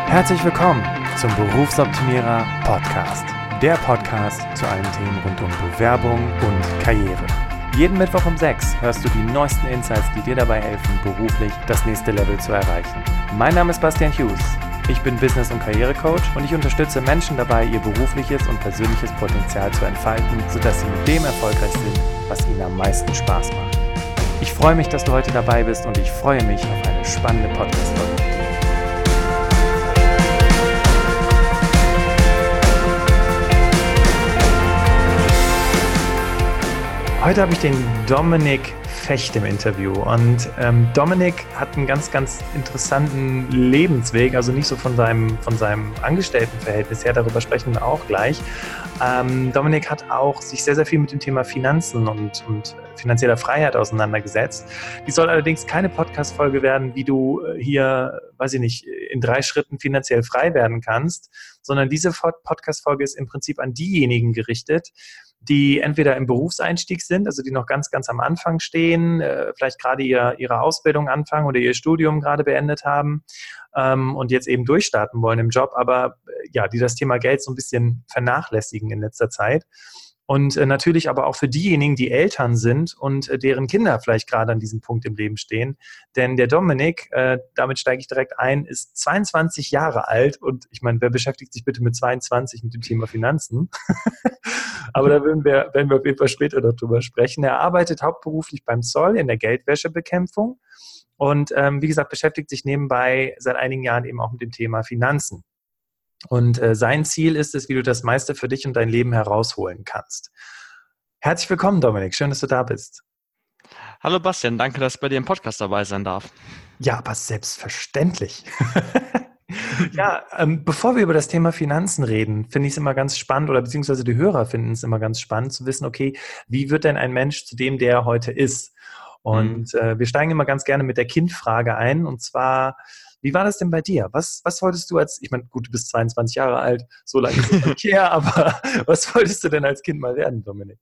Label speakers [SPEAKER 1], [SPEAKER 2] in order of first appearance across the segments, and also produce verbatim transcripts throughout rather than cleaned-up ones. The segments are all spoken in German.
[SPEAKER 1] Herzlich willkommen zum Berufsoptimierer Podcast. Der Podcast zu allen Themen rund um Bewerbung und Karriere. Jeden Mittwoch um sechs hörst du die neuesten Insights, die dir dabei helfen, beruflich das nächste Level zu erreichen. Mein Name ist Bastian Hughes. Ich bin Business- und Karrierecoach und ich unterstütze Menschen dabei, ihr berufliches und persönliches Potenzial zu entfalten, sodass sie mit dem erfolgreich sind, was ihnen am meisten Spaß macht. Ich freue mich, dass du heute dabei bist und ich freue mich auf eine spannende Podcast-Folge. Heute habe ich den Dominik Fecht im Interview und ähm, Dominik hat einen ganz, ganz interessanten Lebensweg, also nicht so von seinem, von seinem Angestelltenverhältnis her, darüber sprechen wir auch gleich. Ähm, Dominik hat auch sich sehr, sehr viel mit dem Thema Finanzen und, und finanzieller Freiheit auseinandergesetzt. Die soll allerdings keine Podcast-Folge werden, wie du hier, weiß ich nicht, in drei Schritten finanziell frei werden kannst, sondern diese Podcast-Folge ist im Prinzip an diejenigen gerichtet, die entweder im Berufseinstieg sind, also die noch ganz, ganz am Anfang stehen, äh, vielleicht gerade ihr, ihre Ausbildung anfangen oder ihr Studium gerade beendet haben ähm, und jetzt eben durchstarten wollen im Job, aber äh, ja, die das Thema Geld so ein bisschen vernachlässigen in letzter Zeit. Und äh, natürlich aber auch für diejenigen, die Eltern sind und äh, deren Kinder vielleicht gerade an diesem Punkt im Leben stehen. Denn der Dominik, äh, damit steige ich direkt ein, ist zweiundzwanzig Jahre alt und ich meine, wer beschäftigt sich bitte mit zweiundzwanzig mit dem Thema Finanzen? Aber da werden wir, werden wir auf jeden Fall später noch drüber sprechen. Er arbeitet hauptberuflich beim Zoll in der Geldwäschebekämpfung und ähm, wie gesagt, beschäftigt sich nebenbei seit einigen Jahren eben auch mit dem Thema Finanzen. Und äh, sein Ziel ist es, wie du das meiste für dich und dein Leben herausholen kannst. Herzlich willkommen, Dominik. Schön, dass du da bist.
[SPEAKER 2] Hallo Bastian, danke, dass ich bei dir im Podcast dabei sein darf.
[SPEAKER 1] Ja, aber selbstverständlich. Ja, ähm, bevor wir über das Thema Finanzen reden, finde ich es immer ganz spannend, oder beziehungsweise die Hörer finden es immer ganz spannend zu wissen, okay, wie wird denn ein Mensch zu dem, der er heute ist? Und mhm. äh, wir steigen immer ganz gerne mit der Kindfrage ein, und zwar, wie war das denn bei dir? Was, was wolltest du als, ich meine, gut, du bist zweiundzwanzig Jahre alt, so lange ist es nicht her, aber was wolltest du denn als Kind mal werden, Dominik?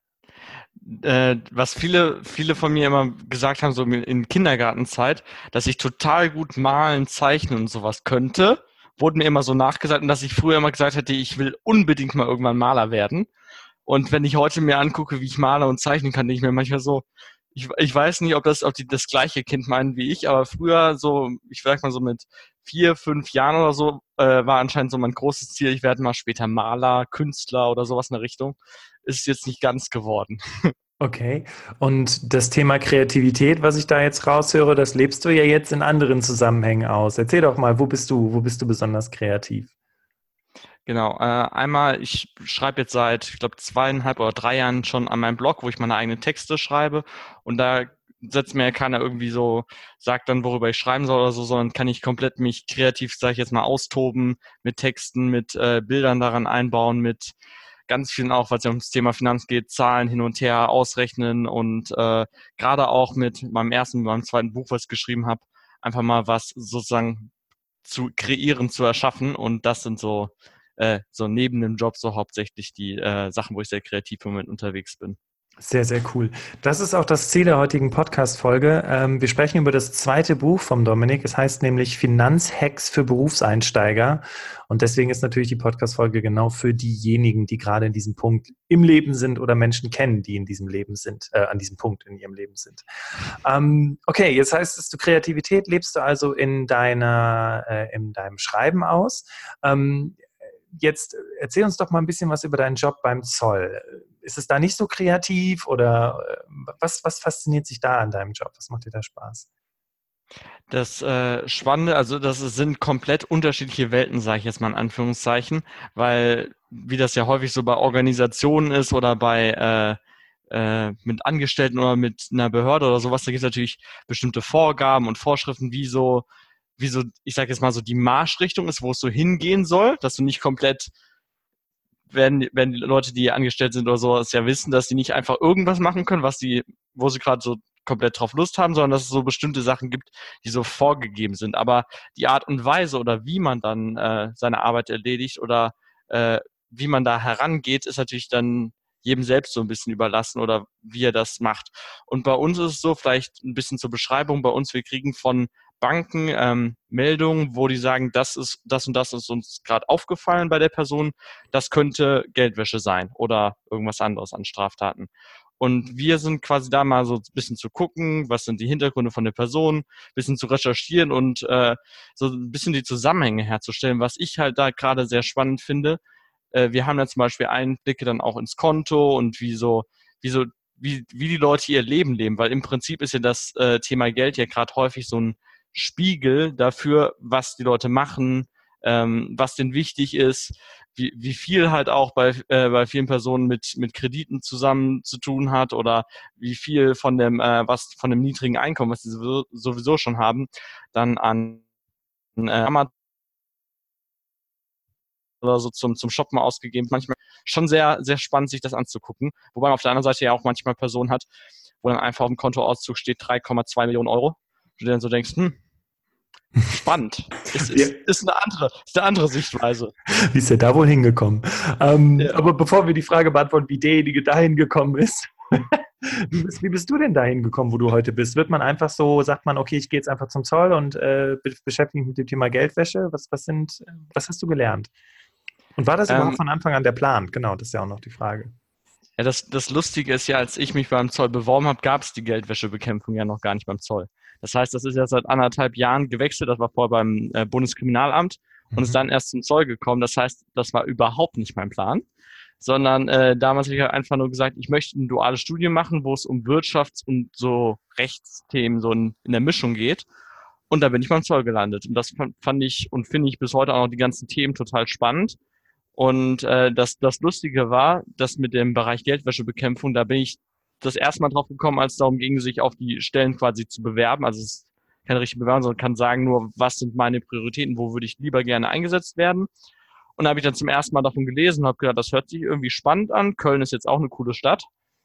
[SPEAKER 2] Äh, was viele, viele von mir immer gesagt haben, so in Kindergartenzeit, dass ich total gut malen, zeichnen und sowas könnte, wurde mir immer so nachgesagt, und dass ich früher immer gesagt hätte, ich will unbedingt mal irgendwann Maler werden. Und wenn ich heute mir angucke, wie ich male und zeichnen kann, denke ich mir manchmal so, ich, ich weiß nicht, ob das, ob die das gleiche Kind meinen wie ich, aber früher so, ich sag mal so mit vier, fünf Jahren oder so, äh, war anscheinend so mein großes Ziel, ich werde mal später Maler, Künstler oder sowas in der Richtung. Ist jetzt nicht ganz geworden.
[SPEAKER 1] Okay. Und das Thema Kreativität, was ich da jetzt raushöre, das lebst du ja jetzt in anderen Zusammenhängen aus. Erzähl doch mal, wo bist du, wo bist du besonders kreativ?
[SPEAKER 2] Genau, äh, einmal, ich schreibe jetzt seit, ich glaube, zweieinhalb oder drei Jahren schon an meinem Blog, wo ich meine eigenen Texte schreibe, und da setzt mir ja keiner irgendwie so, sagt dann, worüber ich schreiben soll oder so, sondern kann ich komplett mich kreativ, sage ich jetzt mal, austoben mit Texten, mit äh, Bildern daran einbauen, mit ganz vielen auch, weil es ja ums Thema Finanz geht, Zahlen hin und her ausrechnen, und äh, gerade auch mit meinem ersten, meinem zweiten Buch, was ich geschrieben habe, einfach mal was sozusagen zu kreieren, zu erschaffen, und das sind so äh, so neben dem Job so hauptsächlich die äh, Sachen, wo ich sehr kreativ im Moment unterwegs bin.
[SPEAKER 1] Sehr, sehr cool. Das ist auch das Ziel der heutigen Podcast-Folge. Ähm, wir sprechen über das zweite Buch vom Dominik. Es heißt nämlich Finanzhacks für Berufseinsteiger. Und deswegen ist natürlich die Podcast-Folge genau für diejenigen, die gerade in diesem Punkt im Leben sind oder Menschen kennen, die in diesem Leben sind, äh, an diesem Punkt in ihrem Leben sind. Ähm, okay, jetzt heißt es, du Kreativität lebst du also in deiner, äh, in deinem Schreiben aus. Ähm, Jetzt erzähl uns doch mal ein bisschen was über deinen Job beim Zoll. Ist es da nicht so kreativ oder was, was fasziniert sich da an deinem Job? Was macht dir da Spaß?
[SPEAKER 2] Das äh, Spannende, also das sind komplett unterschiedliche Welten, sage ich jetzt mal in Anführungszeichen, weil wie das ja häufig so bei Organisationen ist oder bei äh, äh, mit Angestellten oder mit einer Behörde oder sowas, da gibt es natürlich bestimmte Vorgaben und Vorschriften, wie so wie so, ich sage jetzt mal so, die Marschrichtung ist, wo es so hingehen soll, dass du nicht komplett, wenn, wenn die Leute, die angestellt sind oder so, es ja wissen, dass die nicht einfach irgendwas machen können, was die, wo sie gerade so komplett drauf Lust haben, sondern dass es so bestimmte Sachen gibt, die so vorgegeben sind. Aber die Art und Weise oder wie man dann äh, seine Arbeit erledigt oder äh, wie man da herangeht, ist natürlich dann jedem selbst so ein bisschen überlassen oder wie er das macht. Und bei uns ist es so, vielleicht ein bisschen zur Beschreibung, bei uns, wir kriegen von Banken ähm, Meldungen, wo die sagen, das ist das und das ist uns gerade aufgefallen bei der Person, das könnte Geldwäsche sein oder irgendwas anderes an Straftaten. Und wir sind quasi da mal so ein bisschen zu gucken, was sind die Hintergründe von der Person, ein bisschen zu recherchieren und äh, so ein bisschen die Zusammenhänge herzustellen, was ich halt da gerade sehr spannend finde. Äh, wir haben ja zum Beispiel Einblicke dann auch ins Konto und wie so, wie so, wie, wie die Leute ihr Leben leben, weil im Prinzip ist ja das äh, Thema Geld ja gerade häufig so ein Spiegel dafür, was die Leute machen, ähm, was denen wichtig ist, wie, wie viel halt auch bei, äh, bei vielen Personen mit, mit Krediten zusammen zu tun hat oder wie viel von dem, äh, was von dem niedrigen Einkommen, was sie sowieso, sowieso schon haben, dann an äh, Amazon oder so zum, zum Shoppen ausgegeben. Manchmal schon sehr, sehr spannend, sich das anzugucken. Wobei man auf der anderen Seite ja auch manchmal Personen hat, wo dann einfach auf dem Kontoauszug steht drei Komma zwei Millionen Euro. Du dann so denkst, hm, spannend. Ist, ist, ist, eine andere, ist eine andere Sichtweise.
[SPEAKER 1] Wie ist er da wohl hingekommen? Ähm,
[SPEAKER 2] Ja.
[SPEAKER 1] Aber bevor wir die Frage beantworten, wie derjenige dahin gekommen ist, wie, bist, wie bist du denn dahin gekommen, wo du heute bist? Wird man einfach so, sagt man, okay, ich gehe jetzt einfach zum Zoll und äh, beschäftige mich mit dem Thema Geldwäsche? Was, was, sind, was hast du gelernt? Und war das überhaupt
[SPEAKER 2] Ähm,
[SPEAKER 1] von Anfang an der Plan? Genau, das ist ja auch noch die Frage.
[SPEAKER 2] Ja, das, das Lustige ist ja, als ich mich beim Zoll beworben habe, gab es die Geldwäschebekämpfung ja noch gar nicht beim Zoll. Das heißt, das ist ja seit anderthalb Jahren gewechselt. Das war vorher beim äh, Bundeskriminalamt und ist
[SPEAKER 1] Mhm.
[SPEAKER 2] dann erst zum Zoll gekommen. Das heißt, das war überhaupt nicht mein Plan, sondern äh, damals habe ich halt einfach nur gesagt, ich möchte ein duales Studium machen, wo es um Wirtschafts- und so Rechtsthemen so in, in der Mischung geht. Und da bin ich beim Zoll gelandet. Und das fand, fand ich und finde ich bis heute auch noch die ganzen Themen total spannend. Und äh, das, das Lustige war, dass mit dem Bereich Geldwäschebekämpfung, da bin ich das erste Mal drauf gekommen, als es darum ging, sich auf die Stellen quasi zu bewerben. Also es ist keine richtige Bewerbung, sondern kann sagen nur, was sind meine Prioritäten, wo würde ich lieber gerne eingesetzt werden. Und da habe ich dann zum ersten Mal davon gelesen und habe gedacht, das hört sich irgendwie spannend an. Köln ist jetzt auch eine coole Stadt.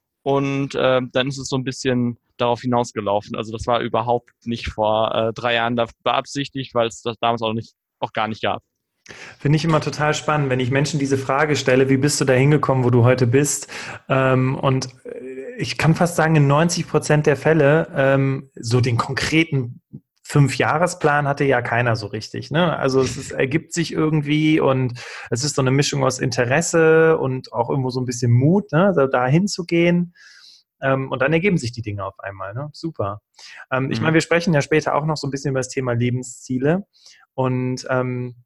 [SPEAKER 2] Und äh, dann ist es so ein bisschen darauf hinausgelaufen. Also das war überhaupt nicht vor äh, drei Jahren da beabsichtigt, weil es das damals auch nicht, auch gar nicht gab.
[SPEAKER 1] Finde ich immer total spannend, wenn ich Menschen diese Frage stelle, wie bist du da hingekommen, wo du heute bist? Ähm, und ich kann fast sagen, in neunzig Prozent der Fälle, ähm, so den konkreten Fünfjahresplan hatte ja keiner so richtig. Ne? Also es ist, ergibt sich irgendwie und es ist so eine Mischung aus Interesse und auch irgendwo so ein bisschen Mut, ne? So da hinzugehen. Ähm, und dann ergeben sich die Dinge auf einmal. Ne? Super. Ähm, ich meine,
[SPEAKER 2] Mhm.
[SPEAKER 1] wir sprechen ja später auch noch so ein bisschen über das Thema Lebensziele. Und ähm,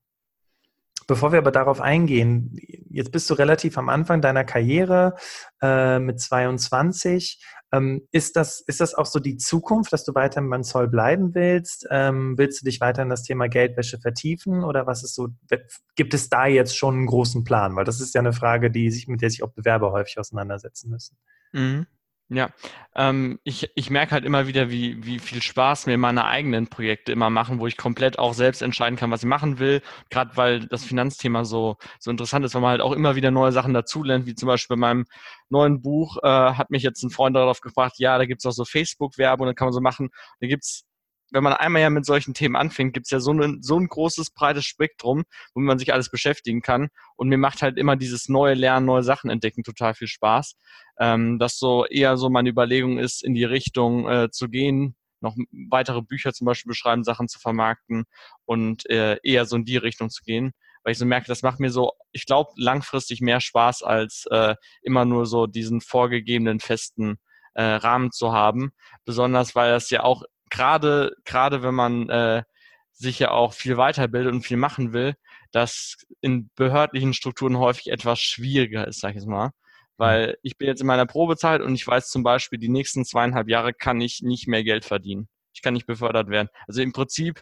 [SPEAKER 1] bevor wir aber darauf eingehen, jetzt bist du relativ am Anfang deiner Karriere äh, mit zweiundzwanzig. Ähm, ist das, ist das auch so die Zukunft, dass du weiter beim Zoll bleiben willst? Ähm, willst du dich weiter in das Thema Geldwäsche vertiefen oder was ist so, gibt es da jetzt schon einen großen Plan? Weil das ist ja eine Frage, die sich, mit der sich auch Bewerber häufig auseinandersetzen müssen.
[SPEAKER 2] Mhm. Ja, ähm, ich, ich merke halt immer wieder, wie, wie viel Spaß mir meine eigenen Projekte immer machen, wo ich komplett auch selbst entscheiden kann, was ich machen will. Gerade weil das Finanzthema so, so interessant ist, weil man halt auch immer wieder neue Sachen dazulernt, wie zum Beispiel bei meinem neuen Buch äh, hat mich jetzt ein Freund darauf gefragt, ja, da gibt's auch so Facebook-Werbung, da kann man so machen. Da gibt's, wenn man einmal ja mit solchen Themen anfängt, gibt's ja so ein, so ein großes, breites Spektrum, womit man sich alles beschäftigen kann. Und mir macht halt immer dieses neue Lernen, neue Sachen entdecken total viel Spaß. Ähm, dass so eher so meine Überlegung ist, in die Richtung äh, zu gehen, noch weitere Bücher zum Beispiel beschreiben, Sachen zu vermarkten und äh, eher so in die Richtung zu gehen, weil ich so merke, das macht mir so, ich glaube, langfristig mehr Spaß, als äh, immer nur so diesen vorgegebenen festen äh, Rahmen zu haben, besonders weil das ja auch gerade, gerade wenn man äh, sich ja auch viel weiterbildet und viel machen will, das in behördlichen Strukturen häufig etwas schwieriger ist, sag ich jetzt mal. Weil ich bin jetzt in meiner Probezeit und ich weiß zum Beispiel, die nächsten zweieinhalb Jahre kann ich nicht mehr Geld verdienen. Ich kann nicht befördert werden. Also im Prinzip,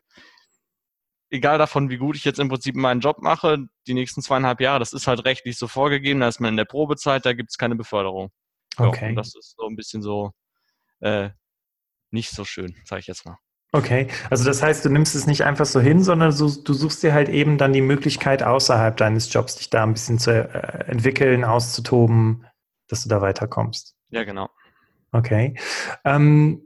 [SPEAKER 2] egal davon, wie gut ich jetzt im Prinzip meinen Job mache, die nächsten zweieinhalb Jahre, das ist halt rechtlich so vorgegeben, da ist man in der Probezeit, da gibt es keine Beförderung. Ja, und
[SPEAKER 1] Okay.
[SPEAKER 2] das ist so ein bisschen so äh, nicht so schön, sage ich jetzt mal.
[SPEAKER 1] Okay, also das heißt, du nimmst es nicht einfach so hin, sondern du, du suchst dir halt eben dann die Möglichkeit außerhalb deines Jobs, dich da ein bisschen zu äh, entwickeln, auszutoben, dass du da weiterkommst.
[SPEAKER 2] Ja, genau.
[SPEAKER 1] Okay. Ähm,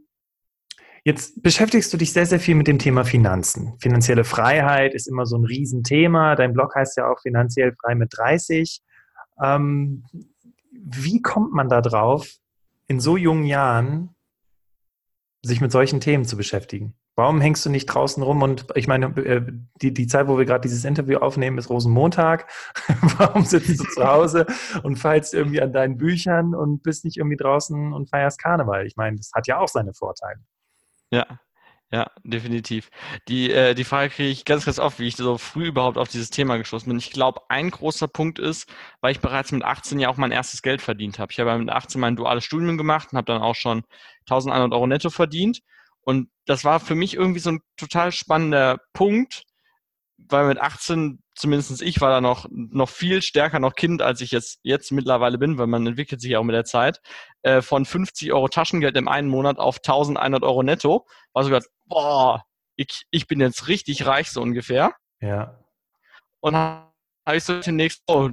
[SPEAKER 1] jetzt beschäftigst du dich sehr, sehr viel mit dem Thema Finanzen. Finanzielle Freiheit ist immer so ein Riesenthema. Dein Blog heißt ja auch finanziell frei mit dreißig. Ähm, wie kommt man da drauf, in so jungen Jahren sich mit solchen Themen zu beschäftigen? Warum hängst du nicht draußen rum? Und ich meine, äh, die, die Zeit, wo wir gerade dieses Interview aufnehmen, ist Rosenmontag. Warum sitzt du zu Hause und feilst irgendwie an deinen Büchern und bist nicht irgendwie draußen und feierst Karneval? Ich meine, das hat ja auch seine Vorteile.
[SPEAKER 2] Ja, ja, definitiv. Die, äh, die Frage kriege ich ganz, ganz oft, wie ich so früh überhaupt auf dieses Thema gestoßen bin. Ich glaube, ein großer Punkt ist, weil ich bereits mit achtzehn ja auch mein erstes Geld verdient habe. Ich habe ja mit achtzehn mein duales Studium gemacht und habe dann auch schon eintausendeinhundert Euro netto verdient. Und das war für mich irgendwie so ein total spannender Punkt, weil mit achtzehn, zumindest ich, war da noch, noch viel stärker noch Kind, als ich jetzt, jetzt mittlerweile bin, weil man entwickelt sich ja auch mit der Zeit, äh, von fünfzig Euro Taschengeld im einen Monat auf eintausendeinhundert Euro netto, war so gedacht, boah, ich, ich bin jetzt richtig reich, so ungefähr.
[SPEAKER 1] Ja.
[SPEAKER 2] Und dann habe ich so demnächst, oh,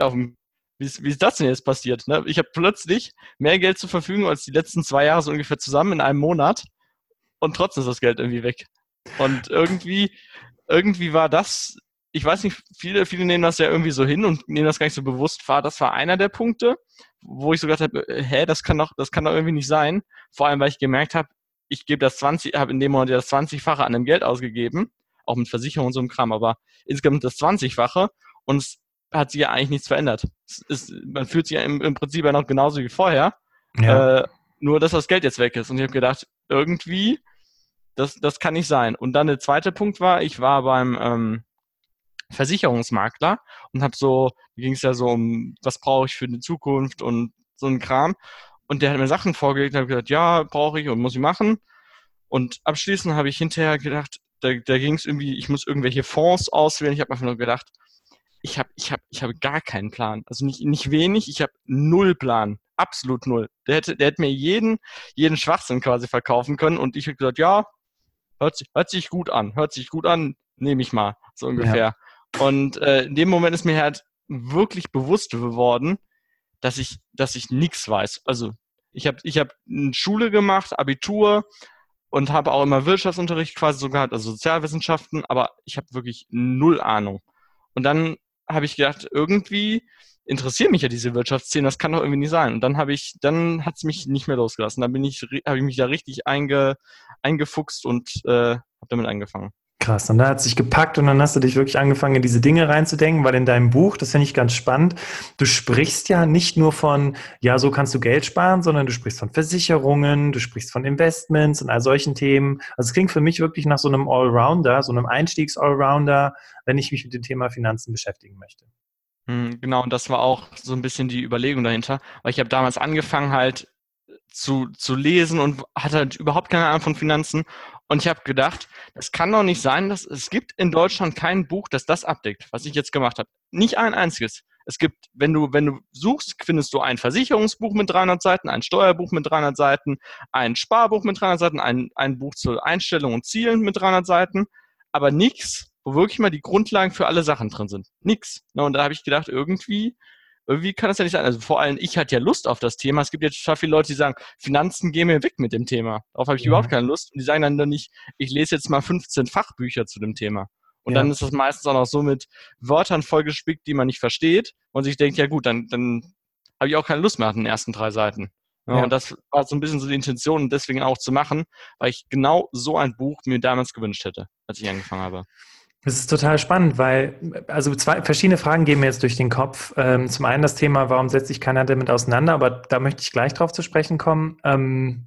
[SPEAKER 2] wie ist, wie ist das denn jetzt passiert? Ne? Ich habe plötzlich mehr Geld zur Verfügung als die letzten zwei Jahre so ungefähr zusammen in einem Monat und trotzdem ist das Geld irgendwie weg. Und irgendwie irgendwie war das, ich weiß nicht, viele, viele nehmen das ja irgendwie so hin und nehmen das gar nicht so bewusst wahr. Das war einer der Punkte, wo ich so gedacht habe, hä, das kann doch, das kann doch irgendwie nicht sein. Vor allem, weil ich gemerkt habe, ich gebe das zwanzig, habe in dem Monat ja das zwanzigfache an dem Geld ausgegeben, auch mit Versicherung und so einem Kram, aber insgesamt das zwanzigfache und es hat sich ja eigentlich nichts verändert. Es ist, man fühlt sich ja im, im Prinzip ja noch genauso wie vorher,
[SPEAKER 1] Ja.
[SPEAKER 2] äh, nur dass das Geld jetzt weg ist. Und ich habe gedacht, irgendwie Das, das kann nicht sein. Und dann der zweite Punkt war, ich war beim ähm, Versicherungsmakler und habe so, da ging es ja so um, was brauche ich für die Zukunft und so ein Kram. Und der hat mir Sachen vorgelegt und habe gesagt, ja, brauche ich und muss ich machen. Und abschließend habe ich hinterher gedacht, da, da ging es irgendwie, ich muss irgendwelche Fonds auswählen. Ich habe einfach nur gedacht, ich habe ich hab, ich hab gar keinen Plan. Also nicht, nicht wenig, ich habe null Plan. Absolut null. Der hätte, der hätte mir jeden, jeden Schwachsinn quasi verkaufen können und ich habe gesagt, ja, Hört sich, hört sich gut an, hört sich gut an, nehme ich mal, so ungefähr. Ja. Und äh, in dem Moment ist mir halt wirklich bewusst geworden, dass ich, dass ich nichts weiß. Also ich habe ich hab Schule gemacht, Abitur und habe auch immer Wirtschaftsunterricht quasi so gehabt, also Sozialwissenschaften, aber ich habe wirklich null Ahnung. Und dann habe ich gedacht, irgendwie interessiert mich ja diese Wirtschaftsszene, das kann doch irgendwie nicht sein. Und dann habe ich, dann hat es mich nicht mehr losgelassen. Dann bin ich, habe ich mich da richtig einge, eingefuchst und äh, habe damit angefangen.
[SPEAKER 1] Krass, und da hat es dich gepackt und dann hast du dich wirklich angefangen, in diese Dinge reinzudenken, weil in deinem Buch, das finde ich ganz spannend, du sprichst ja nicht nur von, ja, so kannst du Geld sparen, sondern du sprichst von Versicherungen, du sprichst von Investments und all solchen Themen. Also es klingt für mich wirklich nach so einem Allrounder, so einem Einstiegs-Allrounder, wenn ich mich mit dem Thema Finanzen beschäftigen möchte.
[SPEAKER 2] Genau, und das war auch so ein bisschen die Überlegung dahinter, weil ich habe damals angefangen halt zu, zu lesen und hatte halt überhaupt keine Ahnung von Finanzen und ich habe gedacht, es kann doch nicht sein, dass es gibt in Deutschland kein Buch, das das abdeckt, was ich jetzt gemacht habe. Nicht ein einziges. Es gibt, wenn du, wenn du suchst, findest du ein Versicherungsbuch mit dreihundert Seiten, ein Steuerbuch mit dreihundert Seiten, ein Sparbuch mit dreihundert Seiten, ein, ein Buch zur Einstellung und Zielen mit dreihundert Seiten, aber nichts, wo wirklich mal die Grundlagen für alle Sachen drin sind. Nix. Und da habe ich gedacht, irgendwie, irgendwie kann das ja nicht sein. Also vor allem, ich hatte ja Lust auf das Thema. Es gibt ja total viele Leute, die sagen, Finanzen gehen mir weg mit dem Thema. Darauf habe ich ja. überhaupt keine Lust. Und die sagen dann doch nicht, ich lese jetzt mal fünfzehn Fachbücher zu dem Thema. Und ja. dann ist das meistens auch noch so mit Wörtern vollgespickt, die man nicht versteht. Und sich denkt, ja gut, dann, dann habe ich auch keine Lust mehr an den ersten drei Seiten. Ja, ja. Und das war so ein bisschen so die Intention, deswegen auch zu machen, weil ich genau so ein Buch mir damals gewünscht hätte, als ich angefangen habe.
[SPEAKER 1] Das ist total spannend, weil, also zwei verschiedene Fragen gehen mir jetzt durch den Kopf. Ähm, zum einen das Thema, warum setzt sich keiner damit auseinander, aber da möchte ich gleich drauf zu sprechen kommen. Ähm,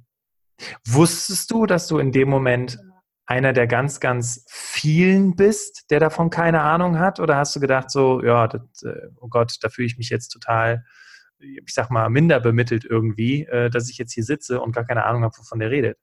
[SPEAKER 1] wusstest du, dass du in dem Moment einer der ganz, ganz vielen bist, der davon keine Ahnung hat? Oder hast du gedacht so, ja, das, äh, oh Gott, da fühle ich mich jetzt total, ich sag mal, minder bemittelt irgendwie, äh, dass ich jetzt hier sitze und gar keine Ahnung habe, wovon der redet?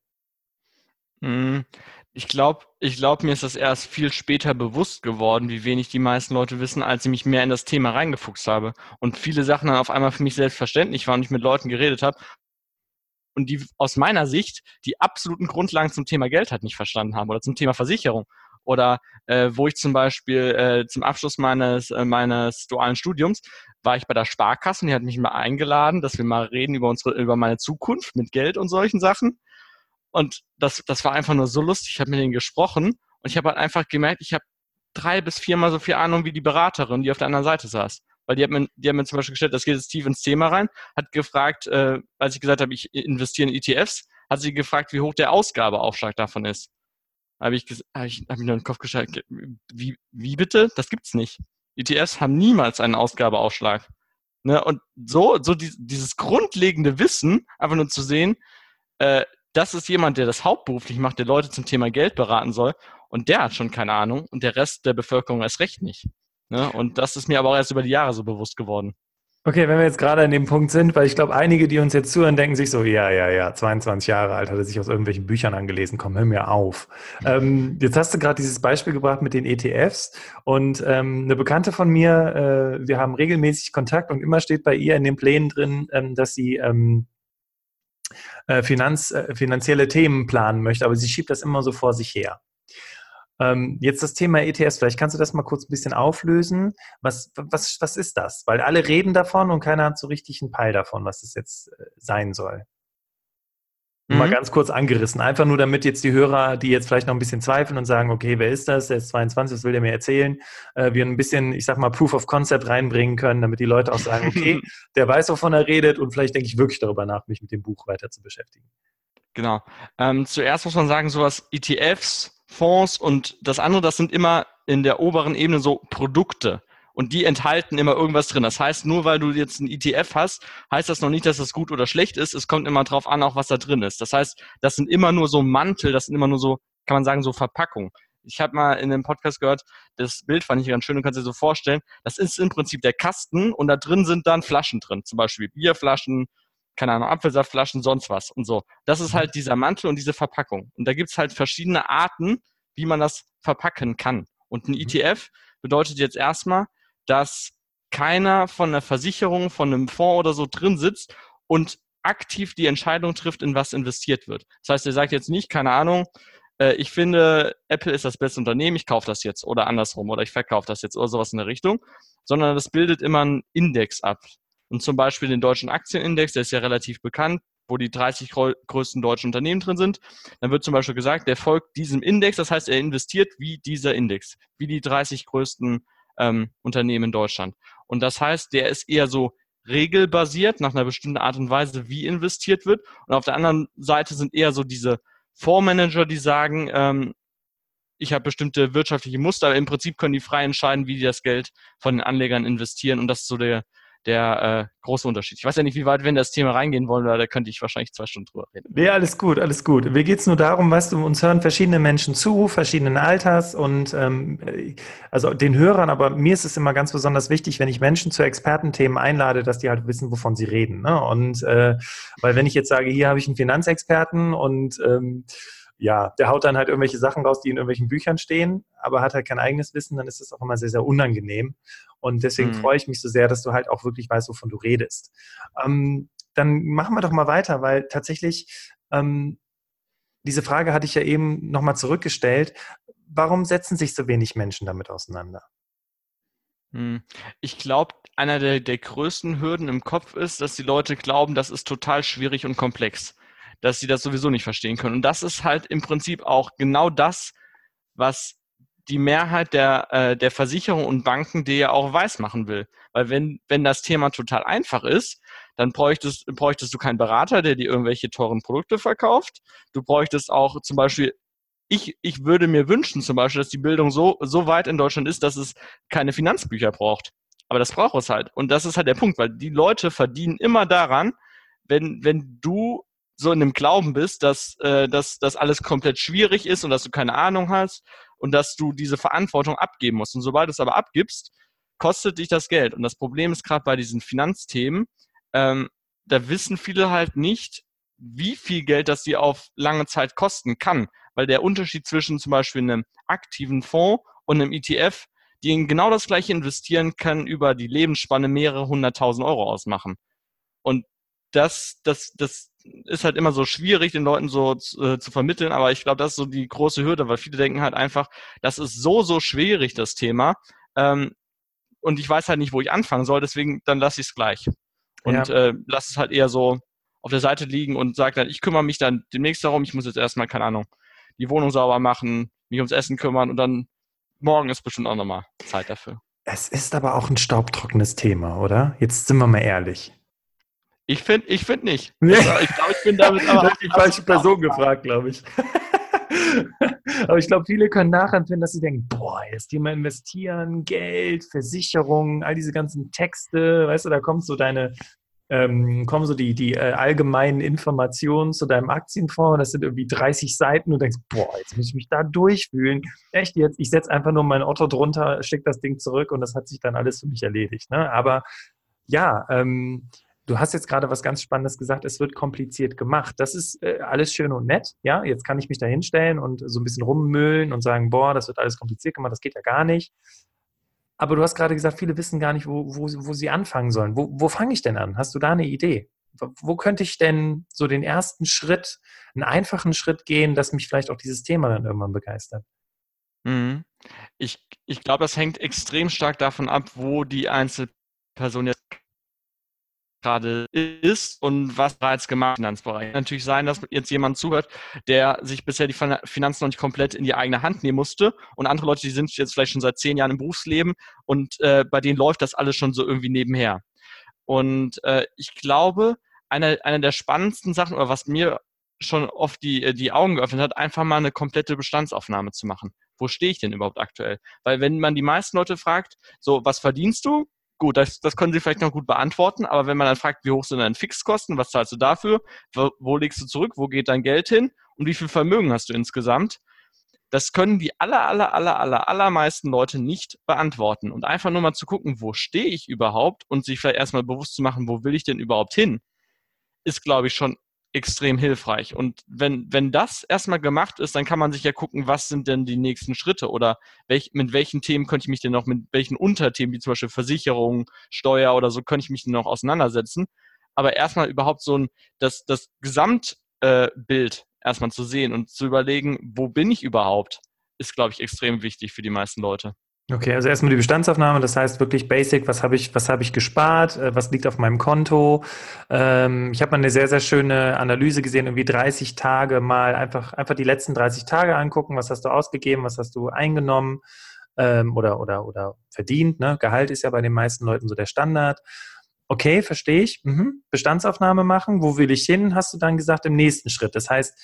[SPEAKER 2] Ich glaube, ich glaub, mir ist das erst viel später bewusst geworden, wie wenig die meisten Leute wissen, als ich mich mehr in das Thema reingefuchst habe. Und viele Sachen dann auf einmal für mich selbstverständlich waren und ich mit Leuten geredet habe und die aus meiner Sicht die absoluten Grundlagen zum Thema Geld halt nicht verstanden haben oder zum Thema Versicherung. Oder äh, wo ich zum Beispiel äh, zum Abschluss meines, äh, meines dualen Studiums war ich bei der Sparkasse und die hat mich mal eingeladen, dass wir mal reden über unsere, über meine Zukunft mit Geld und solchen Sachen. Und das, das war einfach nur so lustig. Ich habe mit denen gesprochen und ich habe halt einfach gemerkt, ich habe drei bis viermal so viel Ahnung wie die Beraterin, die auf der anderen Seite saß. Weil die hat mir, die hat mir zum Beispiel gestellt, das geht jetzt tief ins Thema rein, hat gefragt, äh, als ich gesagt habe, ich investiere in E T Fs, hat sie gefragt, wie hoch der Ausgabeaufschlag davon ist. habe ich, hab ich, hab ich nur den Kopf geschaltet, wie, wie bitte? Das gibt's nicht. E T Fs haben niemals einen Ausgabeaufschlag. Ne? Und so, so die, dieses grundlegende Wissen, einfach nur zu sehen, äh, das ist jemand, der das hauptberuflich macht, der Leute zum Thema Geld beraten soll, und der hat schon keine Ahnung und der Rest der Bevölkerung erst recht nicht. Ne? Und das ist mir aber auch erst über die Jahre so bewusst geworden.
[SPEAKER 1] Okay, wenn wir jetzt gerade an dem Punkt sind, weil ich glaube, einige, die uns jetzt zuhören, denken sich so, ja, ja, ja, zweiundzwanzig Jahre alt, hat er sich aus irgendwelchen Büchern angelesen, komm, hör mir auf. Ähm, jetzt hast du gerade dieses Beispiel gebracht mit den E T Fs und ähm, eine Bekannte von mir, äh, wir haben regelmäßig Kontakt und immer steht bei ihr in den Plänen drin, ähm, dass sie ähm, äh, Finanz, äh, finanzielle Themen planen möchte, aber sie schiebt das immer so vor sich her. Ähm, jetzt das Thema E T Fs, vielleicht kannst du das mal kurz ein bisschen auflösen. Was, was, was ist das? Weil alle reden davon und keiner hat so richtig einen Peil davon, was das jetzt äh, sein soll. Mhm. Mal ganz kurz angerissen. Einfach nur, damit jetzt die Hörer, die jetzt vielleicht noch ein bisschen zweifeln und sagen, okay, wer ist das? Der ist zweiundzwanzig, was will der mir erzählen? Äh, wir ein bisschen, ich sag mal, Proof of Concept reinbringen können, damit die Leute auch sagen, okay, der weiß, wovon er redet und vielleicht denke ich wirklich darüber nach, mich mit dem Buch weiter zu beschäftigen.
[SPEAKER 2] Genau. Ähm, zuerst muss man sagen, sowas E T Fs, Fonds und das andere, das sind immer in der oberen Ebene so Produkte und die enthalten immer irgendwas drin. Das heißt, nur weil du jetzt ein E T F hast, heißt das noch nicht, dass das gut oder schlecht ist. Es kommt immer drauf an, auch was da drin ist. Das heißt, das sind immer nur so Mantel, das sind immer nur so, kann man sagen, so Verpackungen. Ich habe mal in einem Podcast gehört, das Bild fand ich ganz schön, du kannst dir so vorstellen, das ist im Prinzip der Kasten und da drin sind dann Flaschen drin, zum Beispiel Bierflaschen, keine Ahnung, Apfelsaftflaschen, sonst was und so. Das ist halt dieser Mantel und diese Verpackung. Und da gibt's halt verschiedene Arten, wie man das verpacken kann. Und ein E T F bedeutet jetzt erstmal, dass keiner von einer Versicherung, von einem Fonds oder so drin sitzt und aktiv die Entscheidung trifft, in was investiert wird. Das heißt, er sagt jetzt nicht, keine Ahnung, äh, ich finde, Apple ist das beste Unternehmen, ich kaufe das jetzt oder andersrum oder ich verkaufe das jetzt oder sowas in der Richtung, sondern das bildet immer einen Index ab. Und zum Beispiel den deutschen Aktienindex, der ist ja relativ bekannt, wo die dreißig größten deutschen Unternehmen drin sind. Dann wird zum Beispiel gesagt, der folgt diesem Index, das heißt, er investiert wie dieser Index, wie die dreißig größten ähm, Unternehmen in Deutschland. Und das heißt, der ist eher so regelbasiert, nach einer bestimmten Art und Weise, wie investiert wird. Und auf der anderen Seite sind eher so diese Fondsmanager, die sagen, ähm, ich habe bestimmte wirtschaftliche Muster, aber im Prinzip können die frei entscheiden, wie die das Geld von den Anlegern investieren. Und das ist so der der äh, große Unterschied. Ich weiß ja nicht, wie weit wir in das Thema reingehen wollen, oder da könnte ich wahrscheinlich zwei Stunden drüber reden.
[SPEAKER 1] Ja, alles gut, alles gut. Mir geht's nur darum, weißt du, uns hören verschiedene Menschen zu, verschiedenen Alters und ähm, also den Hörern, aber mir ist es immer ganz besonders wichtig, wenn ich Menschen zu Expertenthemen einlade, dass die halt wissen, wovon sie reden. Ne? Und äh, weil wenn ich jetzt sage, hier habe ich einen Finanzexperten und ähm, ja, der haut dann halt irgendwelche Sachen raus, die in irgendwelchen Büchern stehen, aber hat halt kein eigenes Wissen, dann ist das auch immer sehr, sehr unangenehm. Und deswegen mhm. freue ich mich so sehr, dass du halt auch wirklich weißt, wovon du redest. Ähm, dann machen wir doch mal weiter, weil tatsächlich ähm, diese Frage hatte ich ja eben nochmal zurückgestellt. Warum setzen sich so wenig Menschen damit auseinander?
[SPEAKER 2] Ich glaube, einer der, der größten Hürden im Kopf ist, dass die Leute glauben, das ist total schwierig und komplex, dass sie das sowieso nicht verstehen können. Und das ist halt im Prinzip auch genau das, was die Mehrheit der, äh, der Versicherungen und Banken dir ja auch weismachen will. Weil wenn, wenn das Thema total einfach ist, dann bräuchtest, bräuchtest du keinen Berater, der dir irgendwelche teuren Produkte verkauft. Du bräuchtest auch zum Beispiel, ich, ich würde mir wünschen zum Beispiel, dass die Bildung so, so weit in Deutschland ist, dass es keine Finanzbücher braucht. Aber das braucht es halt. Und das ist halt der Punkt, weil die Leute verdienen immer daran, wenn, wenn du so in dem Glauben bist, dass, äh, dass das alles komplett schwierig ist und dass du keine Ahnung hast und dass du diese Verantwortung abgeben musst. Und sobald du es aber abgibst, kostet dich das Geld. Und das Problem ist gerade bei diesen Finanzthemen, ähm, da wissen viele halt nicht, wie viel Geld das dir auf lange Zeit kosten kann. Weil der Unterschied zwischen zum Beispiel einem aktiven Fonds und einem E T F, die in genau das gleiche investieren kann, über die Lebensspanne mehrere hunderttausend Euro ausmachen. Und das, das, das ist halt immer so schwierig, den Leuten so äh, zu vermitteln, aber ich glaube, das ist so die große Hürde, weil viele denken halt einfach, das ist so, so schwierig, das Thema, ähm, und ich weiß halt nicht, wo ich anfangen soll, deswegen dann lasse ich es gleich. Und ja. äh, lasse es halt eher so auf der Seite liegen und sage dann, ich kümmere mich dann demnächst darum, ich muss jetzt erstmal, keine Ahnung, die Wohnung sauber machen, mich ums Essen kümmern und dann morgen ist bestimmt auch nochmal Zeit dafür.
[SPEAKER 1] Es ist aber auch ein staubtrockenes Thema, oder? Jetzt sind wir mal ehrlich.
[SPEAKER 2] Ich finde ich find nicht.
[SPEAKER 1] Nee.
[SPEAKER 2] Also, ich glaube, ich bin damit aber
[SPEAKER 1] ich habe die falsche Person gefragt, glaube ich. Aber ich glaube, viele können nachempfinden, dass sie denken, boah, jetzt Thema investieren, Geld, Versicherungen, all diese ganzen Texte, weißt du, da kommt so deine, ähm, kommen so die, die äh, allgemeinen Informationen zu deinem Aktienfonds, das sind irgendwie dreißig Seiten und du denkst, boah, jetzt muss ich mich da durchwühlen. Echt jetzt, ich setze einfach nur mein Otto drunter, schicke das Ding zurück und das hat sich dann alles für mich erledigt. Ne? Aber ja, ähm, du hast jetzt gerade was ganz Spannendes gesagt, es wird kompliziert gemacht. Das ist äh, alles schön und nett, ja. Jetzt kann ich mich da hinstellen und so ein bisschen rummüllen und sagen, boah, das wird alles kompliziert gemacht, das geht ja gar nicht. Aber du hast gerade gesagt, viele wissen gar nicht, wo, wo, wo sie anfangen sollen. Wo, wo fange ich denn an? Hast du da eine Idee? Wo, wo könnte ich denn so den ersten Schritt, einen einfachen Schritt gehen, dass mich vielleicht auch dieses Thema dann irgendwann begeistert?
[SPEAKER 2] Mhm. Ich, ich glaube, das hängt extrem stark davon ab, wo die Einzelperson jetzt gerade ist und was bereits gemacht im Finanzbereich. Kann natürlich sein, dass jetzt jemand zuhört, der sich bisher die Finanzen noch nicht komplett in die eigene Hand nehmen musste und andere Leute, die sind jetzt vielleicht schon seit zehn Jahren im Berufsleben und äh, bei denen läuft das alles schon so irgendwie nebenher. Und äh, ich glaube, eine, eine der spannendsten Sachen, oder was mir schon oft die, die Augen geöffnet hat, einfach mal eine komplette Bestandsaufnahme zu machen. Wo stehe ich denn überhaupt aktuell? Weil wenn man die meisten Leute fragt, so, was verdienst du? Gut, das, das können sie vielleicht noch gut beantworten, aber wenn man dann fragt, wie hoch sind deine Fixkosten, was zahlst du dafür, wo, wo legst du zurück, wo geht dein Geld hin und wie viel Vermögen hast du insgesamt, das können die aller, aller, aller, aller, allermeisten Leute nicht beantworten. Und einfach nur mal zu gucken, wo stehe ich überhaupt und sich vielleicht erstmal bewusst zu machen, wo will ich denn überhaupt hin, ist, glaube ich, schon extrem hilfreich. Und wenn, wenn das erstmal gemacht ist, dann kann man sich ja gucken, was sind denn die nächsten Schritte oder welch, mit welchen Themen könnte ich mich denn noch, mit welchen Unterthemen, wie zum Beispiel Versicherung, Steuer oder so, könnte ich mich denn noch auseinandersetzen. Aber erstmal überhaupt so ein, das, das Gesamtbild äh, erstmal zu sehen und zu überlegen, wo bin ich überhaupt, ist, glaube ich, extrem wichtig für die meisten Leute.
[SPEAKER 1] Okay, also erstmal die Bestandsaufnahme, das heißt wirklich basic, was habe ich, was habe ich gespart, äh, was liegt auf meinem Konto. Ähm, ich habe mal eine sehr, sehr schöne Analyse gesehen, irgendwie dreißig Tage mal einfach, einfach die letzten dreißig Tage angucken, was hast du ausgegeben, was hast du eingenommen ähm, oder, oder, oder verdient. Ne? Gehalt ist ja bei den meisten Leuten so der Standard. Okay, verstehe ich. Mhm. Bestandsaufnahme machen, wo will ich hin, hast du dann gesagt, im nächsten Schritt. Das heißt,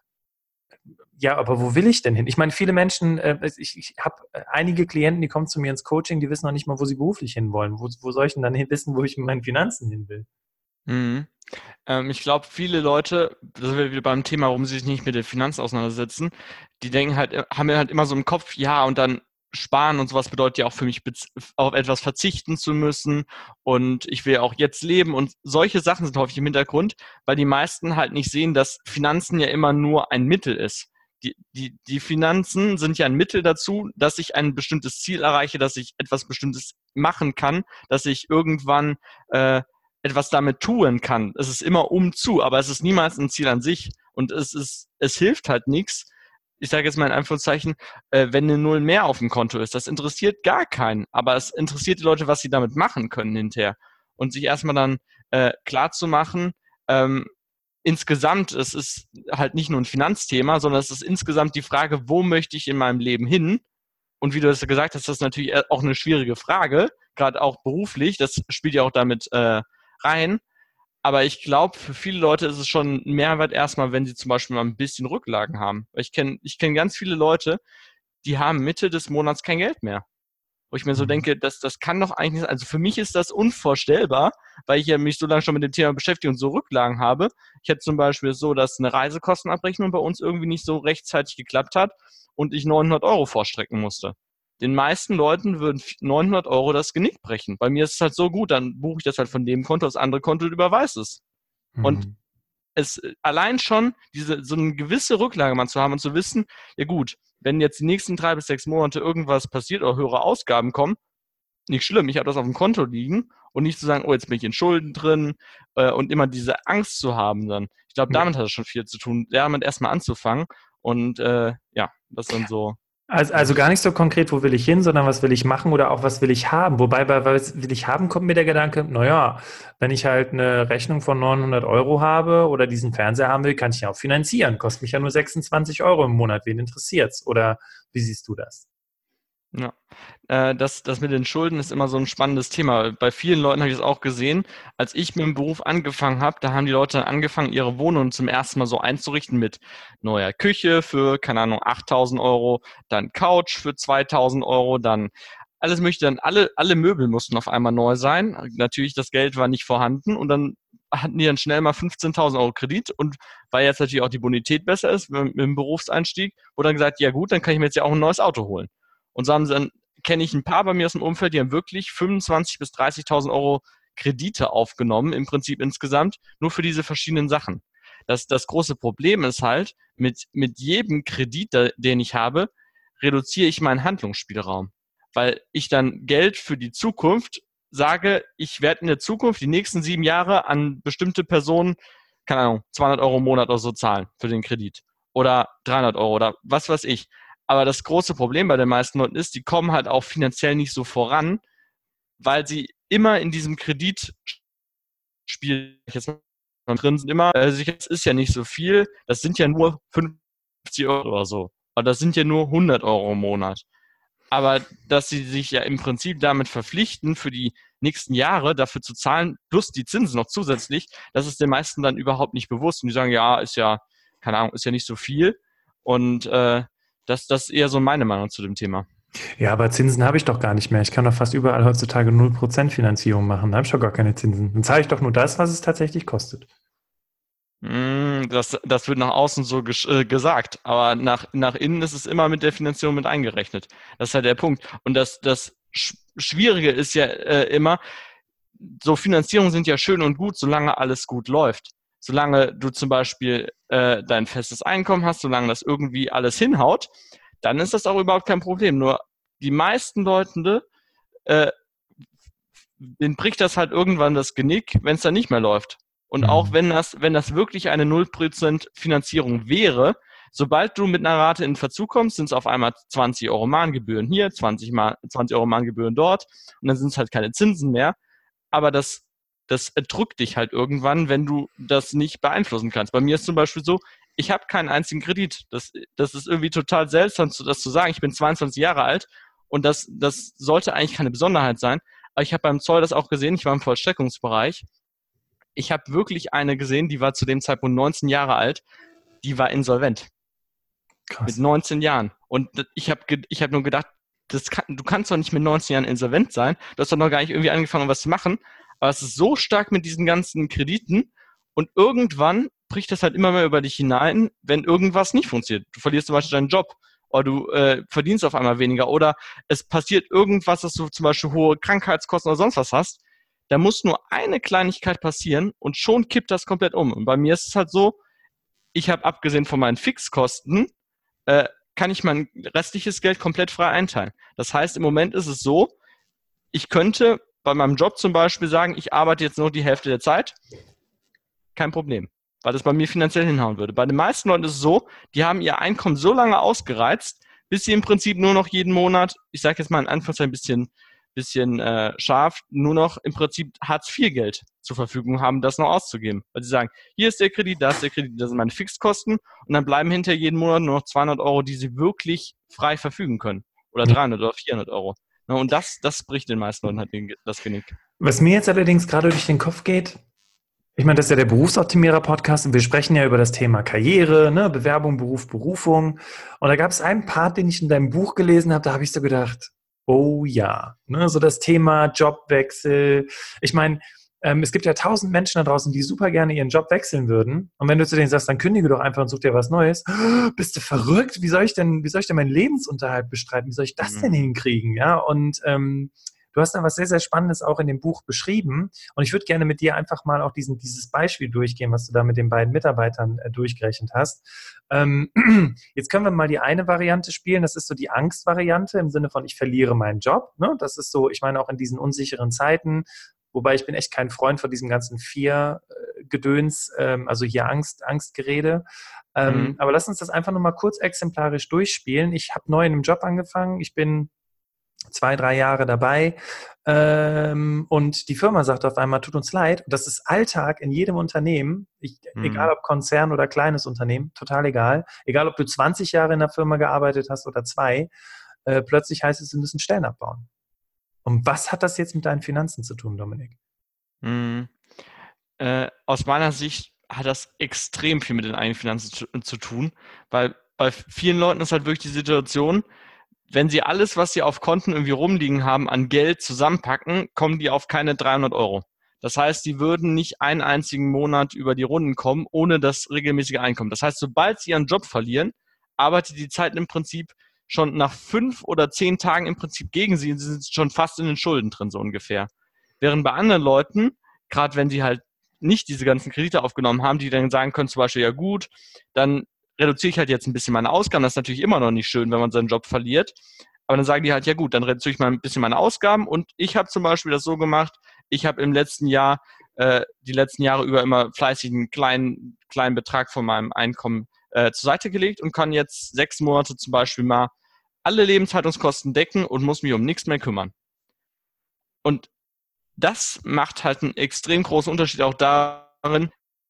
[SPEAKER 1] ja, aber wo will ich denn hin? Ich meine, viele Menschen, äh, ich, ich habe einige Klienten, die kommen zu mir ins Coaching, die wissen noch nicht mal, wo sie beruflich hinwollen. Wo, wo soll ich denn dann hin wissen, wo ich mit meinen Finanzen hin will?
[SPEAKER 2] Mhm. Ähm, ich glaube, viele Leute, das sind wir wieder beim Thema, warum sie sich nicht mit den Finanzen auseinandersetzen, die denken halt, haben halt immer so im Kopf, ja, und dann sparen und sowas bedeutet ja auch für mich, auf etwas verzichten zu müssen und ich will ja auch jetzt leben und solche Sachen sind häufig im Hintergrund, weil die meisten halt nicht sehen, dass Finanzen ja immer nur ein Mittel ist. Die, die, die Finanzen sind ja ein Mittel dazu, dass ich ein bestimmtes Ziel erreiche, dass ich etwas Bestimmtes machen kann, dass ich irgendwann äh, etwas damit tun kann. Es ist immer um zu, aber es ist niemals ein Ziel an sich und es ist, es hilft halt nichts. Ich sage jetzt mal in Anführungszeichen, äh, wenn eine Null mehr auf dem Konto ist, das interessiert gar keinen, aber es interessiert die Leute, was sie damit machen können hinterher und sich erstmal dann äh, klar zu machen, ähm, insgesamt, es ist halt nicht nur ein Finanzthema, sondern es ist insgesamt die Frage, wo möchte ich in meinem Leben hin? Und wie du das gesagt hast, das ist natürlich auch eine schwierige Frage, gerade auch beruflich, das spielt ja auch damit äh, rein. Aber ich glaube, für viele Leute ist es schon ein Mehrwert erstmal, wenn sie zum Beispiel mal ein bisschen Rücklagen haben. Ich kenne ich kenn ganz viele Leute, die haben Mitte des Monats kein Geld mehr. Wo ich mir so denke, das, das kann doch eigentlich nicht, also für mich ist das unvorstellbar, weil ich ja mich so lange schon mit dem Thema beschäftige und so Rücklagen habe. Ich hätte zum Beispiel so, dass eine Reisekostenabrechnung bei uns irgendwie nicht so rechtzeitig geklappt hat und ich neunhundert Euro vorstrecken musste. Den meisten Leuten würden neunhundert Euro das Genick brechen. Bei mir ist es halt so gut, dann buche ich das halt von dem Konto, das andere Konto überweist es.
[SPEAKER 1] Mhm.
[SPEAKER 2] Und es allein schon diese so eine gewisse Rücklage mal zu haben und zu wissen, ja gut, wenn jetzt die nächsten drei bis sechs Monate irgendwas passiert oder höhere Ausgaben kommen, nicht schlimm, ich habe das auf dem Konto liegen und nicht zu sagen, oh, jetzt bin ich in Schulden drin äh, und immer diese Angst zu haben dann. Ich glaube, damit hat es schon viel zu tun, damit erstmal anzufangen und äh, ja, das dann so.
[SPEAKER 1] Also, also gar nicht so konkret, wo will ich hin, sondern was will ich machen oder auch was will ich haben. Wobei bei was will ich haben, kommt mir der Gedanke, naja, wenn ich halt eine Rechnung von neunhundert Euro habe oder diesen Fernseher haben will, kann ich ja auch finanzieren. Kostet mich ja nur sechsundzwanzig Euro im Monat. Wen interessiert's? Oder wie siehst du das?
[SPEAKER 2] Ja, äh, das, das mit den Schulden ist immer so ein spannendes Thema. Bei vielen Leuten habe ich das auch gesehen. Als ich mit dem Beruf angefangen habe, da haben die Leute dann angefangen, ihre Wohnung zum ersten Mal so einzurichten mit neuer Küche für, keine Ahnung, achttausend Euro, dann Couch für zweitausend Euro, dann alles möchte dann, alle, alle Möbel mussten auf einmal neu sein. Natürlich, das Geld war nicht vorhanden und dann hatten die dann schnell mal fünfzehntausend Euro Kredit und weil jetzt natürlich auch die Bonität besser ist mit, mit dem Berufseinstieg, wurde dann gesagt, ja gut, dann kann ich mir jetzt ja auch ein neues Auto holen. Und so haben sie dann, kenne ich ein paar bei mir aus dem Umfeld, die haben wirklich fünfundzwanzigtausend bis dreißigtausend Euro Kredite aufgenommen, im Prinzip insgesamt, nur für diese verschiedenen Sachen. Das, das große Problem ist halt, mit, mit jedem Kredit, den ich habe, reduziere ich meinen Handlungsspielraum. Weil ich dann Geld für die Zukunft sage, ich werde in der Zukunft die nächsten sieben Jahre an bestimmte Personen, keine Ahnung, zweihundert Euro im Monat oder so zahlen für den Kredit. Oder dreihundert Euro oder was weiß ich. Aber das große Problem bei den meisten Leuten ist, die kommen halt auch finanziell nicht so voran, weil sie immer in diesem Kreditspiel jetzt drin sind. Immer, äh, das ist ja nicht so viel, das sind ja nur fünfzig Euro oder so. Aber das sind ja nur hundert Euro im Monat. Aber dass sie sich ja im Prinzip damit verpflichten, für die nächsten Jahre dafür zu zahlen, plus die Zinsen noch zusätzlich, das ist den meisten dann überhaupt nicht bewusst. Und die sagen, ja, ist ja, keine Ahnung, ist ja nicht so viel. Und äh, das, das ist eher so meine Meinung zu dem Thema.
[SPEAKER 1] Ja, aber Zinsen habe ich doch gar nicht mehr. Ich kann doch fast überall heutzutage null Prozent Finanzierung machen. Da habe ich doch gar keine Zinsen. Dann zahle ich doch nur das, was es tatsächlich kostet.
[SPEAKER 2] Das, das wird nach außen so ges- äh, gesagt, aber nach, nach innen ist es immer mit der Finanzierung mit eingerechnet. Das ist halt der Punkt. Und das, das Sch- Schwierige ist ja äh, immer, so Finanzierungen sind ja schön und gut, solange alles gut läuft. Solange du zum Beispiel äh, dein festes Einkommen hast, solange das irgendwie alles hinhaut, dann ist das auch überhaupt kein Problem. Nur die meisten Leute, äh, denen bricht das halt irgendwann das Genick, wenn es dann nicht mehr läuft. Und mhm. auch wenn das, wenn das wirklich eine null Prozent Finanzierung wäre, sobald du mit einer Rate in Verzug kommst, sind es auf einmal zwanzig Euro Mahngebühren hier, zwanzig, Mal, zwanzig Euro Mahngebühren dort und dann sind es halt keine Zinsen mehr. Aber das, das erdrückt dich halt irgendwann, wenn du das nicht beeinflussen kannst. Bei mir ist zum Beispiel so, ich habe keinen einzigen Kredit. Das, das ist irgendwie total seltsam, das zu sagen. Ich bin zweiundzwanzig Jahre alt und das, das sollte eigentlich keine Besonderheit sein. Aber ich habe beim Zoll das auch gesehen, ich war im Vollstreckungsbereich. Ich habe wirklich eine gesehen, die war zu dem Zeitpunkt neunzehn Jahre alt, die war insolvent. Krass. Mit neunzehn Jahren. Und ich habe ich hab nur gedacht, das kann, du kannst doch nicht mit neunzehn Jahren insolvent sein. Du hast doch noch gar nicht irgendwie angefangen, was zu machen. Aber es ist so stark mit diesen ganzen Krediten und irgendwann bricht das halt immer mehr über dich hinein, wenn irgendwas nicht funktioniert. Du verlierst zum Beispiel deinen Job oder du äh, verdienst auf einmal weniger oder es passiert irgendwas, dass du zum Beispiel hohe Krankheitskosten oder sonst was hast. Da muss nur eine Kleinigkeit passieren und schon kippt das komplett um. Und bei mir ist es halt so, ich habe abgesehen von meinen Fixkosten, äh, kann ich mein restliches Geld komplett frei einteilen. Das heißt, im Moment ist es so, ich könnte bei meinem Job zum Beispiel sagen, ich arbeite jetzt nur die Hälfte der Zeit. Kein Problem, weil das bei mir finanziell hinhauen würde. Bei den meisten Leuten ist es so, die haben ihr Einkommen so lange ausgereizt, bis sie im Prinzip nur noch jeden Monat, ich sage jetzt mal in Anführungszeichen ein bisschen bisschen äh, scharf, nur noch im Prinzip Hartz vier Geld zur Verfügung haben, das noch auszugeben. Weil sie sagen, hier ist der Kredit, da ist der Kredit, das sind meine Fixkosten und dann bleiben hinter jeden Monat nur noch zweihundert Euro, die sie wirklich frei verfügen können. Oder dreihundert oder vierhundert Euro. Und das, das bricht den meisten Leuten halt das Genick.
[SPEAKER 1] Was mir jetzt allerdings gerade durch den Kopf geht, ich meine, das ist ja der Berufsoptimierer-Podcast und wir sprechen ja über das Thema Karriere, ne, Bewerbung, Beruf, Berufung. Und da gab es einen Part, den ich in deinem Buch gelesen habe, da habe ich so gedacht, oh ja, ne, so das Thema Jobwechsel. Ich meine, ähm, es gibt ja tausend Menschen da draußen, die super gerne ihren Job wechseln würden. Und wenn du zu denen sagst, dann kündige doch einfach und such dir was Neues. Oh, bist du verrückt? Wie soll ich denn, wie soll ich denn meinen Lebensunterhalt bestreiten? Wie soll ich das mhm. denn hinkriegen? Ja, und ähm, du hast da was sehr, sehr Spannendes auch in dem Buch beschrieben. Und ich würde gerne mit dir einfach mal auch diesen, dieses Beispiel durchgehen, was du da mit den beiden Mitarbeitern äh, durchgerechnet hast. Ähm, jetzt können wir mal die eine Variante spielen. Das ist so die Angstvariante im Sinne von, ich verliere meinen Job. Ne? Das ist so, ich meine auch in diesen unsicheren Zeiten, wobei ich bin echt kein Freund von diesem ganzen Vier-Gedöns, ähm, also hier Angst, Angstgerede. Ähm, mhm. Aber lass uns das einfach nur mal kurz exemplarisch durchspielen. Ich habe neu in einem Job angefangen. Ich bin zwei, drei Jahre dabei ähm, und die Firma sagt auf einmal, tut uns leid, und das ist Alltag in jedem Unternehmen, ich, mhm. egal ob Konzern oder kleines Unternehmen, total egal, egal ob du zwanzig Jahre in der Firma gearbeitet hast oder zwei, äh, plötzlich heißt es, sie müssen Stellen abbauen. Und was hat das jetzt mit deinen Finanzen zu tun, Dominik?
[SPEAKER 2] Mhm. Äh, aus meiner Sicht hat das extrem viel mit den eigenen Finanzen zu, zu tun, weil bei vielen Leuten ist halt wirklich die Situation, wenn sie alles, was sie auf Konten irgendwie rumliegen haben, an Geld zusammenpacken, kommen die auf keine dreihundert Euro. Das heißt, die würden nicht einen einzigen Monat über die Runden kommen, ohne das regelmäßige Einkommen. Das heißt, sobald sie ihren Job verlieren, arbeitet die Zeit im Prinzip schon nach fünf oder zehn Tagen im Prinzip gegen sie und sie sind schon fast in den Schulden drin, so ungefähr. Während bei anderen Leuten, gerade wenn sie halt nicht diese ganzen Kredite aufgenommen haben, die dann sagen können, zum Beispiel, ja gut, dann reduziere ich halt jetzt ein bisschen meine Ausgaben. Das ist natürlich immer noch nicht schön, wenn man seinen Job verliert. Aber dann sagen die halt, ja gut, dann reduziere ich mal ein bisschen meine Ausgaben. Und ich habe zum Beispiel das so gemacht, ich habe im letzten Jahr, äh, die letzten Jahre über immer fleißig einen kleinen, kleinen Betrag von meinem Einkommen äh, zur Seite gelegt und kann jetzt sechs Monate zum Beispiel mal alle Lebenshaltungskosten decken und muss mich um nichts mehr kümmern. Und das macht halt einen extrem großen Unterschied auch darin,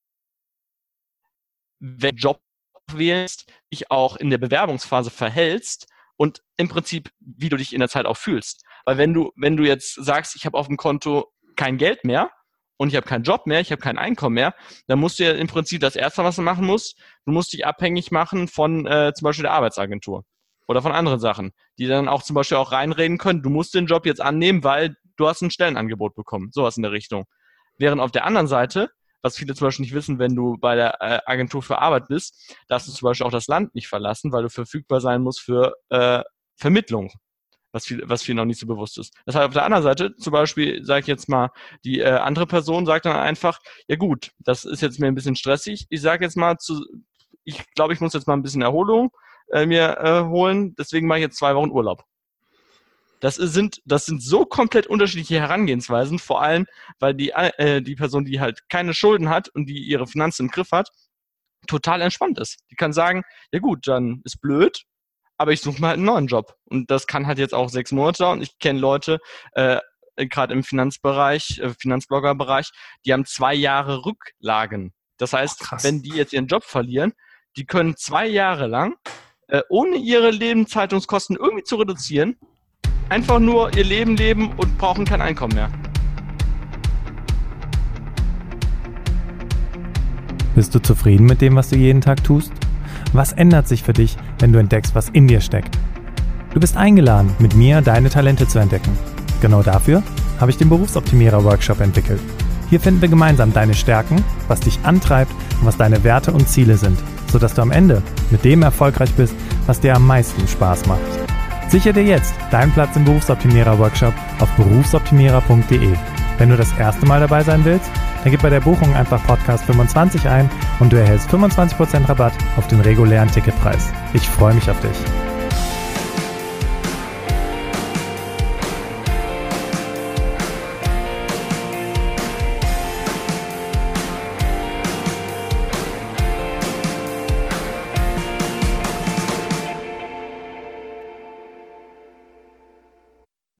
[SPEAKER 2] welchen Job du wählst, dich auch in der Bewerbungsphase verhältst und im Prinzip, wie du dich in der Zeit auch fühlst. Weil wenn du, wenn du jetzt sagst, ich habe auf dem Konto kein Geld mehr und ich habe keinen Job mehr, ich habe kein Einkommen mehr, dann musst du ja im Prinzip das Erste, was du machen musst, du musst dich abhängig machen von äh, zum Beispiel der Arbeitsagentur oder von anderen Sachen, die dann auch zum Beispiel auch reinreden können, du musst den Job jetzt annehmen, weil du hast ein Stellenangebot bekommen, sowas in der Richtung. Während auf der anderen Seite, was viele zum Beispiel nicht wissen, wenn du bei der äh, Agentur für Arbeit bist, darfst du zum Beispiel auch das Land nicht verlassen, weil du verfügbar sein musst für äh, Vermittlung, was viel, was vielen noch nicht so bewusst ist. Das heißt, auf der anderen Seite, zum Beispiel, sage ich jetzt mal, die äh, andere Person sagt dann einfach, ja gut, das ist jetzt mir ein bisschen stressig, ich sage jetzt mal, zu, ich glaube, ich muss jetzt mal ein bisschen Erholung äh, mir äh, holen, deswegen mache ich jetzt zwei Wochen Urlaub. Das sind, das sind so komplett unterschiedliche Herangehensweisen, vor allem, weil die, äh, die Person, die halt keine Schulden hat und die ihre Finanzen im Griff hat, total entspannt ist. Die kann sagen, ja gut, dann ist blöd, aber ich suche mir halt einen neuen Job. Und das kann halt jetzt auch sechs Monate dauern. Ich kenne Leute, äh, gerade im Finanzbereich, äh, Finanzblogger-Bereich, die haben zwei Jahre Rücklagen. Das heißt, oh, wenn die jetzt ihren Job verlieren, die können zwei Jahre lang, äh, ohne ihre Lebenshaltungskosten irgendwie zu reduzieren, einfach nur ihr Leben leben und brauchen kein Einkommen mehr.
[SPEAKER 1] Bist du zufrieden mit dem, was du jeden Tag tust? Was ändert sich für dich, wenn du entdeckst, was in dir steckt? Du bist eingeladen, mit mir deine Talente zu entdecken. Genau dafür habe ich den Berufsoptimierer-Workshop entwickelt. Hier finden wir gemeinsam deine Stärken, was dich antreibt und was deine Werte und Ziele sind, sodass du am Ende mit dem erfolgreich bist, was dir am meisten Spaß macht. Sichere dir jetzt deinen Platz im Berufsoptimierer-Workshop auf berufsoptimierer punkt de. Wenn du das erste Mal dabei sein willst, dann gib bei der Buchung einfach Podcast fünfundzwanzig ein und du erhältst fünfundzwanzig Prozent Rabatt auf den regulären Ticketpreis. Ich freue mich auf dich.